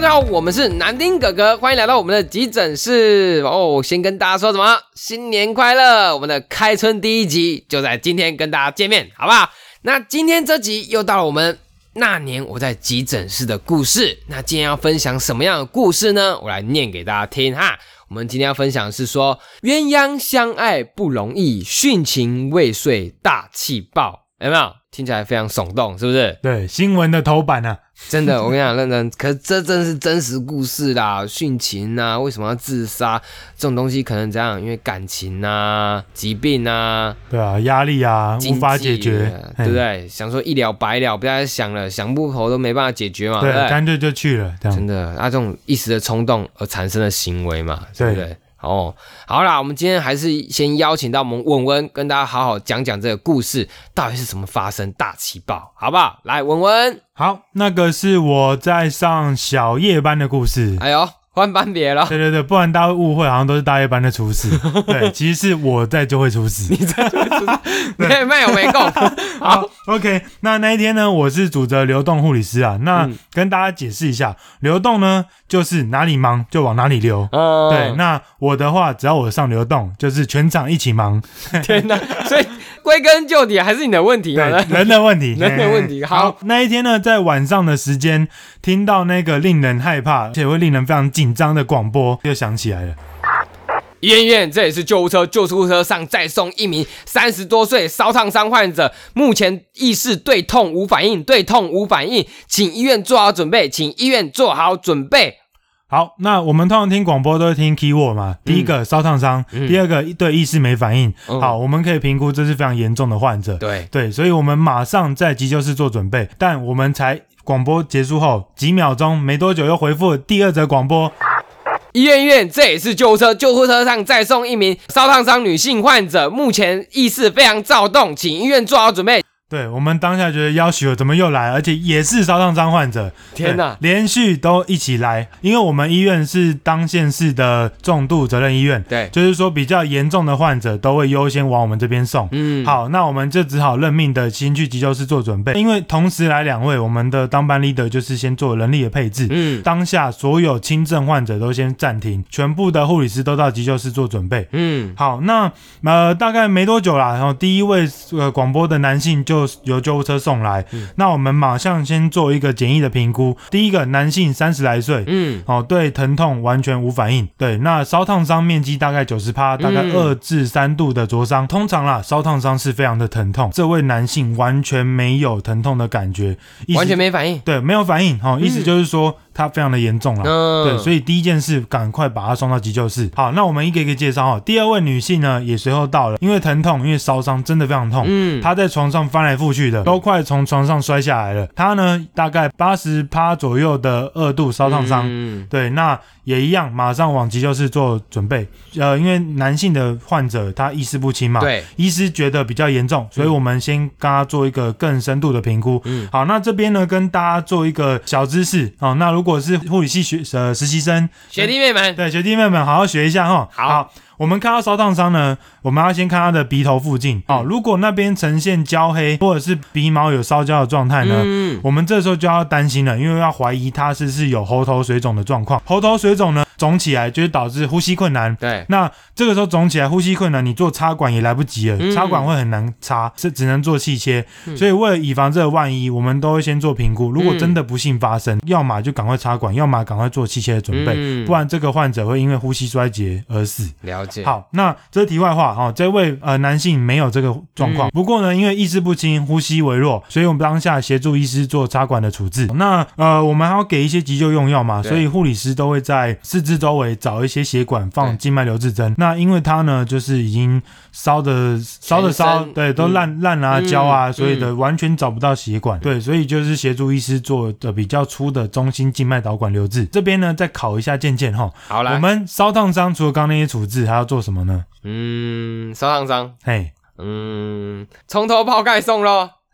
大家好，我们是南丁哥哥，欢迎来到我们的急诊室哦。先跟大家说什么？新年快乐！我们的开春第一集就在今天跟大家见面，好不好？那今天这集又到了我们那年我在急诊室的故事。那今天要分享什么样的故事呢？我来念给大家听哈。我们今天要分享的是说，鸳鸯相爱不容易，殉情未遂大气爆，有没有？听起来非常耸动，是不是？ 对，新闻的头版啊。 真的，我跟你讲，认真，可是这真是真实故事啦，殉情啊，为什么要自杀？这种东西可能这样，因为感情啊、疾病啊， 对啊，压力啊，无法解决， 对不对？想说一了百了，不要再想了，想不透都没办法解决嘛，对不对？ 干脆就去了，这样真的啊，这种一时的冲动而产生的行为嘛，对不对？哦，好啦，我们今天还是先邀请到我们文文跟大家好好讲讲这个故事到底是怎么发生大气爆，好不好？来，文文， 好，那个是我在上小夜班的故事。 哎呦，换班别了。 对，不然大家会误会好像都是大夜班的出事。对，其实是我在就会出事。 你在就会出事，你没有没空。 好 ，OK， 那一天呢，我是主责流动护理师啊。那跟大家解释一下，流动呢就是哪里忙就往哪里流。对，那我的话，只要我上流动，就是全场一起忙。 天哪，所以归根究底还是你的问题， 对，人的问题， 人的问题。好， 那一天呢，在晚上的时间，听到那个令人害怕而且会令人非常紧张的广播，就想起来了。 医院，这里是救护车，救护车上再送一名30多岁烧烫伤患者，目前意识对痛无反应，请医院做好准备。 好，那我们通常听广播都会听 keyword 嘛，第一个烧烫伤，第二个对意识没反应。好，我们可以评估这是非常严重的患者。对，所以我们马上在急救室做准备，但我们才广播结束后几秒钟，没多久又回复第二则广播。 医院，这也是救护车，救护车上再送一名烧烫伤女性患者，目前意识非常躁动，请医院做好准备。 对，我们当下觉得要许怎么又来，而且也是烧烫伤患者， 天哪， 连续都一起来，因为我们医院是当县市的重度责任医院， 对， 就是说比较严重的患者都会优先往我们这边送。好，那我们就只好认命的先去急救室做准备，因为同时来2位，我们的当班 leader 就是先做人力的配置。当下所有轻症患者都先暂停，全部的护理师都到急救室做准备。好，那大概没多久啦，然后第一位广播的男性就由救护车送来，那我们马上先做一个简易的评估。第一个男性30来岁，对疼痛完全无反应，对，那烧烫伤面积大概 90%， 大概2至3度的灼伤。通常啦，烧烫伤是非常的疼痛，这位男性完全没有疼痛的感觉， 完全没反应， 对，没有反应，意思就是说他非常的严重了，对，所以第一件事赶快把他送到急救室。好，那我们一个一个介绍。第二位女性呢也随后到了，因为疼痛，因为烧伤真的非常痛，她在床上翻来覆去的，都快从床上摔下来了。她呢大概 80% 左右的2度烧烫伤，对，那也一样，马上往急救室做准备。因为男性的患者他意识不清嘛， 对， 医师觉得比较严重，所以我们先跟他做一个更深度的评估。好，那这边呢跟大家做一个小知识。那如果是护理系实习生学弟妹们， 对，学弟妹们好好学一下哈。好，我们看到烧烫伤呢，我们要先看他的鼻头附近。如果那边呈现焦黑或者是鼻毛有烧焦的状态呢，我们这时候就要担心了，因为要怀疑他是有喉头水肿的状况。喉头水肿呢肿起来就会导致呼吸困难， 对， 那这个时候肿起来呼吸困难，你做插管也来不及了，插管会很难插，是只能做气切。所以为了以防这个万一，我们都会先做评估，如果真的不幸发生，要么就赶快插管，要么赶快做气切的准备，不然这个患者会因为呼吸衰竭而死。 了解。 好，那这是题外话，这位男性没有这个状况，不过呢因为意识不清，呼吸微弱，所以我们当下协助医师做插管的处置。那我们还要给一些急救用药嘛，所以护理师都会在4肢周围找一些血管放静脉留置针。那因为他呢就是已经烧，对，都烂啊焦啊，所以的完全找不到血管，对，所以就是协助医师做的比较粗的中心静脉导管留置。这边呢再考一下健健齁。 好啦， 我们烧烫伤除了刚刚那些处置还要做什么呢？ 烧烫伤， 嘿， 从头泡盖送咯。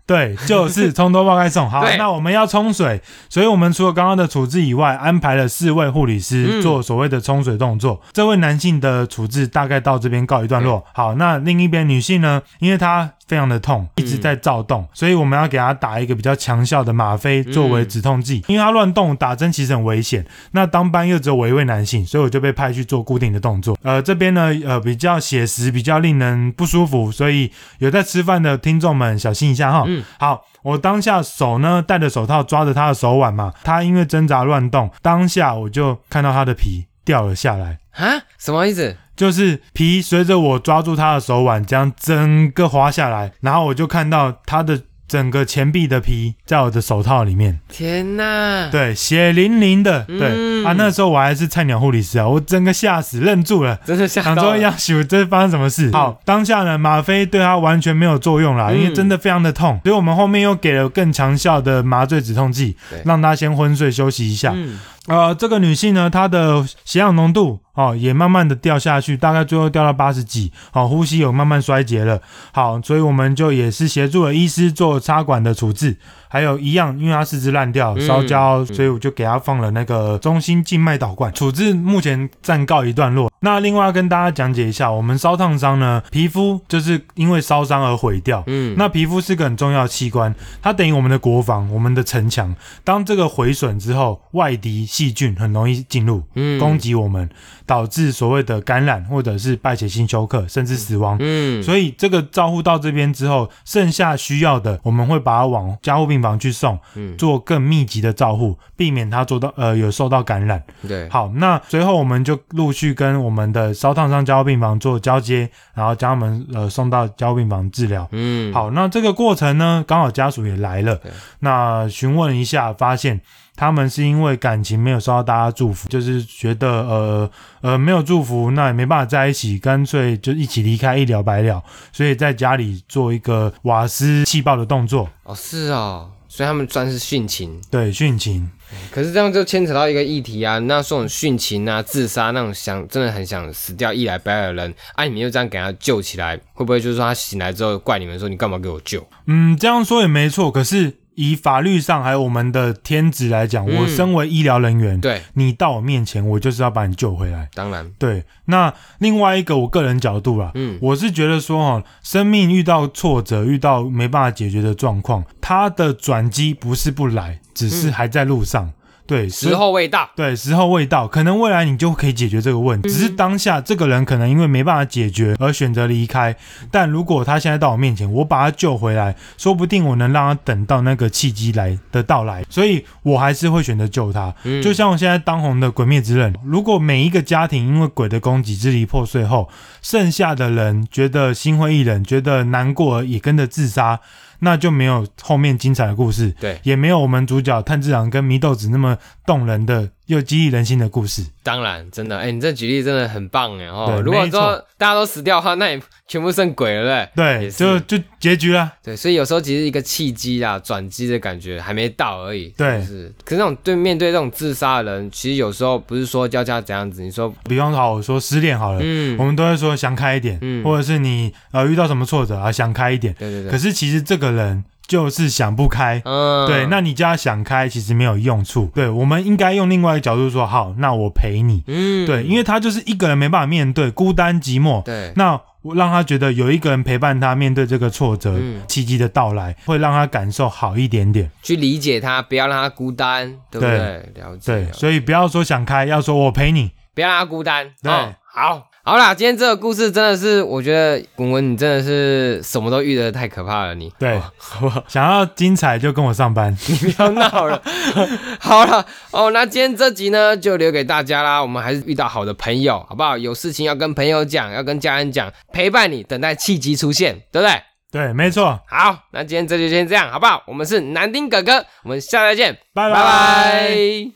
对，就是从头爆开送。好，那我们要冲水，所以我们除了刚刚的处置以外，安排了4位护理师做所谓的冲水动作。这位男性的处置大概到这边告一段落。好，那另一边女性呢，因为她非常的痛，一直在躁动，所以我们要给她打一个比较强效的吗啡作为止痛剂，因为她乱动打针其实很危险。那当班又只有我一位男性，所以我就被派去做固定的动作。这边呢比较写实，比较令人不舒服，所以有在吃饭的听众们小心一下哈。好，我当下手呢戴着手套抓着他的手腕嘛，他因为挣扎乱动，当下我就看到他的皮掉了下来。 啊？什么意思？ 就是皮随着我抓住他的手腕这样整个滑下来，然后我就看到他的整个前臂的皮在我的手套里面。 天哪！ 对，血淋淋的。对啊，那时候我还是菜鸟护理师啊，我整个吓死，愣住了， 真的吓到了。 想说要死，这发生什么事？好，当下呢，吗啡对他完全没有作用啦，因为真的非常的痛，所以我们后面又给了更强效的麻醉止痛剂，让他先昏睡休息一下。这个女性呢，她的血氧浓度也慢慢的掉下去，大概最后掉到80几，呼吸有慢慢衰竭了。好，所以我们就也是协助了医师做插管的处置，还有一样，因为她四肢烂掉烧焦，所以我就给她放了那个中心静脉导管。处置目前暂告一段落。那另外要跟大家讲解一下，我们烧烫伤呢，皮肤就是因为烧伤而毁掉。那皮肤是个很重要的器官，它等于我们的国防，我们的城墙。当这个毁损之后，外敌细菌很容易进入，攻击我们，导致所谓的感染或者是败血性休克，甚至死亡。所以这个照护到这边之后，剩下需要的，我们会把它往加护病房去送，做更密集的照护，避免它做到有受到感染。 对， 好，那随后我们就陆续跟我们的烧烫伤加护病房做交接，然后将他们送到加护病房治疗。好，那这个过程呢，刚好家属也来了，那询问一下，发现他们是因为感情没有受到大家祝福，就是觉得没有祝福，那也没办法在一起，干脆就一起离开，一了百了，所以在家里做一个瓦斯气爆的动作。 是哦，所以他们算是殉情。 对，殉情。 可是这样就牵扯到一个议题啊，那这种殉情啊、自杀那种真的很想死掉一来百了的人啊，你们又这样给他救起来，会不会就是说他醒来之后怪你们说你干嘛给我救？ 这样说也没错，可是以法律上还有我们的天职来讲，我身为医疗人员， 对， 你到我面前，我就是要把你救回来。 当然， 对。那另外一个我个人角度啦，我是觉得说生命遇到挫折，遇到没办法解决的状况，它的转机不是不来，只是还在路上。对， 时候未到。 对，时候未到，可能未来你就可以解决这个问题，只是当下这个人可能因为没办法解决而选择离开。但如果他现在到我面前，我把他救回来，说不定我能让他等到那个契机的到来，所以我还是会选择救他。就像我现在当红的《鬼灭之刃》，如果每一个家庭因为鬼的攻击支离破碎后，剩下的人觉得心灰意冷，觉得难过，也跟着自杀，那就没有后面精彩的故事， 对， 也没有我们主角炭治郎跟祢豆子那么动人的又激励人心的故事。 当然，真的，你这举例真的很棒如果说大家都死掉的话，那也全部剩鬼了， 对，就结局了。 对，所以有时候其实一个契机啦、转机的感觉还没到而已。 对， 可是那种面对这种自杀的人，其实有时候不是说叫他怎样子，你说， 比方说我说失恋好了，我们都会说想开一点，或者是你遇到什么挫折啊，想开一点。对。可是其实这个人就是想不开，对，那你叫他想开其实没有用处。对，我们应该用另外一个角度说，好，那我陪你，对，因为他就是一个人没办法面对，孤单寂寞， 对， 那我让他觉得有一个人陪伴他面对这个挫折，契机的到来，会让他感受好一点点， 去理解他，不要让他孤单，对不对？了解。 对，所以不要说想开，要说我陪你， 不要让他孤单。 对， 好啦，今天这个故事真的是，我觉得文文你真的是什么都遇得太可怕了，你对，好不好？想要精彩就跟我上班， 你不要闹了。好了那今天这集呢就留给大家啦。我们还是遇到好的朋友，好不好？有事情要跟朋友讲，要跟家人讲，陪伴你，等待契机出现，对不对？ 对，没错。 好，那今天这就先这样，好不好？我们是南丁哥哥，我们下次再见， 拜拜。